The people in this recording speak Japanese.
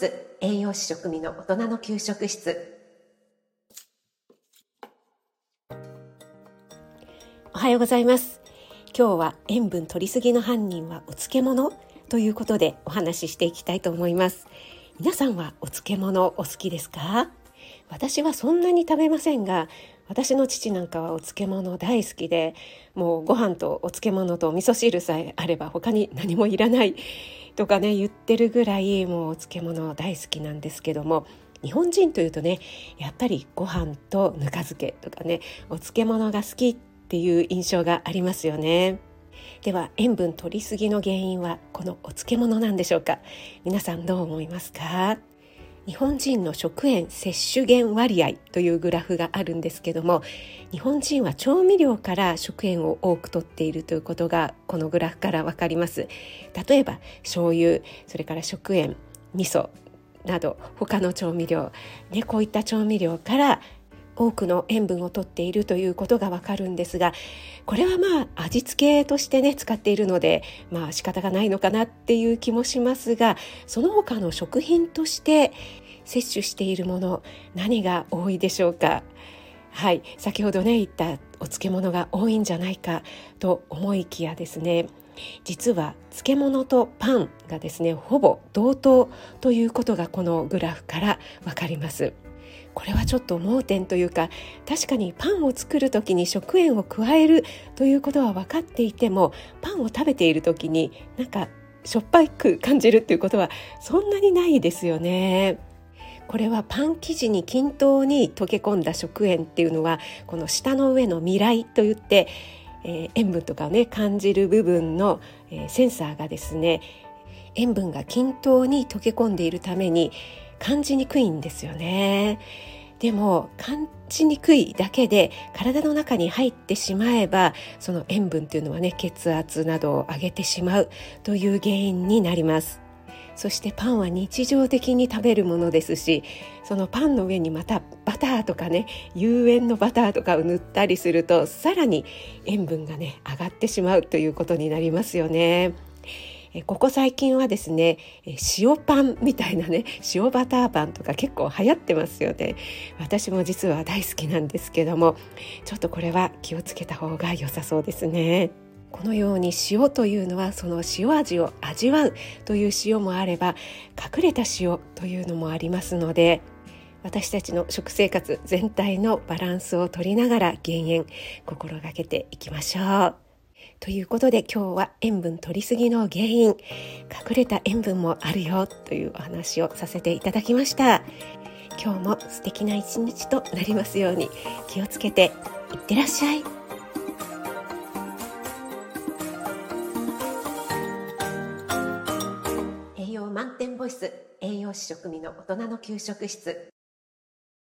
ス栄養士食味の大人の給食室。おはようございます。今日は塩分摂りすぎの犯人はお漬物ということでお話ししていきたいと思います。皆さんはお漬物お好きですか？私はそんなに食べませんが、私の父なんかはお漬物大好きで、もうご飯とお漬物と味噌汁さえあれば他に何もいらないとかね言ってるぐらい、もうお漬物大好きなんですけども、日本人というとね、やっぱりご飯とぬか漬けとかね、お漬物が好きっていう印象がありますよね。では塩分摂りすぎの原因はこのお漬物なんでしょうか？皆さんどう思いますか？日本人の食塩摂取減割合というグラフがあるんですけども、日本人は調味料から食塩を多く摂っているということがこのグラフからわかります。例えば醤油、それから食塩、味噌など他の調味料、こういった調味料から多くの塩分を摂っているということがわかるんですが、これは味付けとしてね使っているので仕方がないのかなっていう気もしますが、その他の食品として摂取しているもの、何が多いでしょうか？はい、先ほどね言ったお漬物が多いんじゃないかと思いきやですね、実は漬物とパンがですねほぼ同等ということがこのグラフからわかります。これはちょっと盲点というか、確かにパンを作るときに食塩を加えるということは分かっていても、パンを食べているときにしょっぱく感じるっていうことはそんなにないですよね。これはパン生地に均等に溶け込んだ食塩っていうのは、この舌の上の味蕾といって、塩分とかをね感じる部分の、センサーがですね、塩分が均等に溶け込んでいるために感じにくいんですよね。でも感じにくいだけで体の中に入ってしまえば、その塩分というのはね血圧などを上げてしまうという原因になります。そしてパンは日常的に食べるものですし、そのパンの上にまたバターとかね、有塩のバターとかを塗ったりすると、さらに塩分がね上がってしまうということになりますよね。ここ最近はですね、塩パンみたいなね、塩バターパンとか結構流行ってますよね。私も実は大好きなんですけども、ちょっとこれは気をつけた方が良さそうですね。このように塩というのはその塩味を味わうという塩もあれば、隠れた塩というのもありますので、私たちの食生活全体のバランスを取りながら減塩心がけていきましょう。ということで今日は塩分摂りすぎの原因、隠れた塩分もあるよというお話をさせていただきました。今日も素敵な一日となりますように、気をつけていってらっしゃい。栄養満点ボイス、栄養士食味の大人の給食室。